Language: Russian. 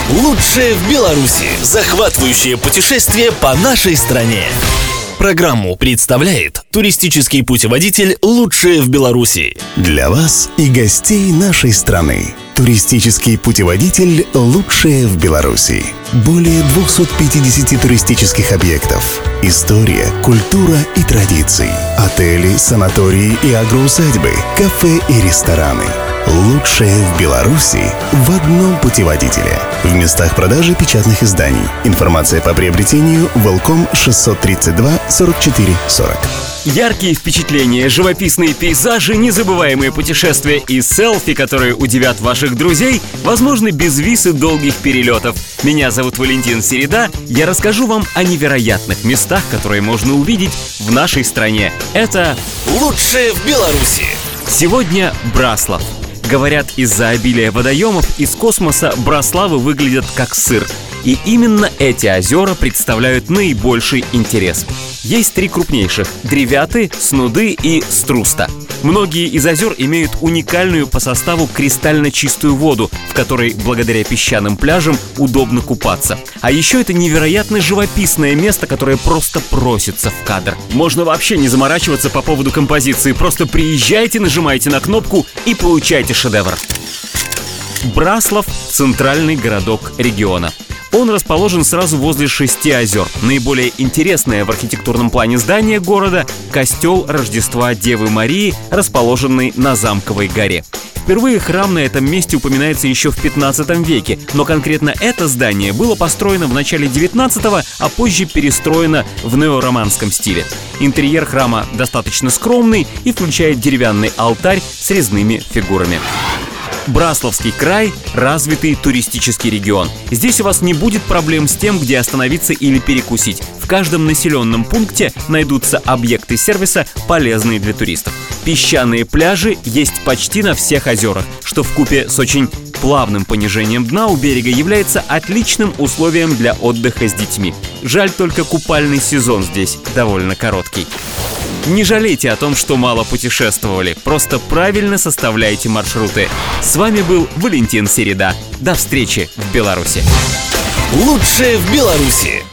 Лучшее в Беларуси. Захватывающее путешествие по нашей стране. Программу представляет туристический путеводитель «Лучшее в Беларуси». Для вас и гостей нашей страны. Туристический путеводитель «Лучшее в Беларуси». Более 250 туристических объектов. История, культура и традиции. Отели, санатории и агроусадьбы. Кафе и рестораны. Лучшее в Беларуси в одном путеводителе. В местах продажи печатных изданий. Информация по приобретению Волком 632 44 40. Яркие впечатления, живописные пейзажи, незабываемые путешествия и селфи, которые удивят ваших друзей, возможны без виз и долгих перелетов. Меня зовут Валентин Середа. Я расскажу вам о невероятных местах, которые можно увидеть в нашей стране. Это «Лучшее в Беларуси». Сегодня Браслав. Говорят, из-за обилия водоемов из космоса Браславы выглядят как сыр. И именно эти озера представляют наибольший интерес. Есть три крупнейших – Древяты, Снуды и Струста. Многие из озер имеют уникальную по составу кристально чистую воду, в которой благодаря песчаным пляжам удобно купаться. А еще это невероятно живописное место, которое просто просится в кадр. Можно вообще не заморачиваться по поводу композиции, просто приезжайте, нажимайте на кнопку и получайте шедевр. Браслав – центральный городок региона. Он расположен сразу возле 6 озер. Наиболее интересное в архитектурном плане здание города – костел Рождества Девы Марии, расположенный на Замковой горе. Впервые храм на этом месте упоминается еще в 15 веке, но конкретно это здание было построено в начале 19-го, а позже перестроено в неороманском стиле. Интерьер храма достаточно скромный и включает деревянный алтарь с резными фигурами. Браславский край – развитый туристический регион. Здесь у вас не будет проблем с тем, где остановиться или перекусить. В каждом населенном пункте найдутся объекты сервиса, полезные для туристов. Песчаные пляжи есть почти на всех озерах, что вкупе с очень плавным понижением дна у берега является отличным условием для отдыха с детьми. Жаль, только купальный сезон здесь довольно короткий. Не жалейте о том, что мало путешествовали, просто правильно составляйте маршруты. С вами был Валентин Середа. До встречи в Беларуси. «Лучшее в Беларуси».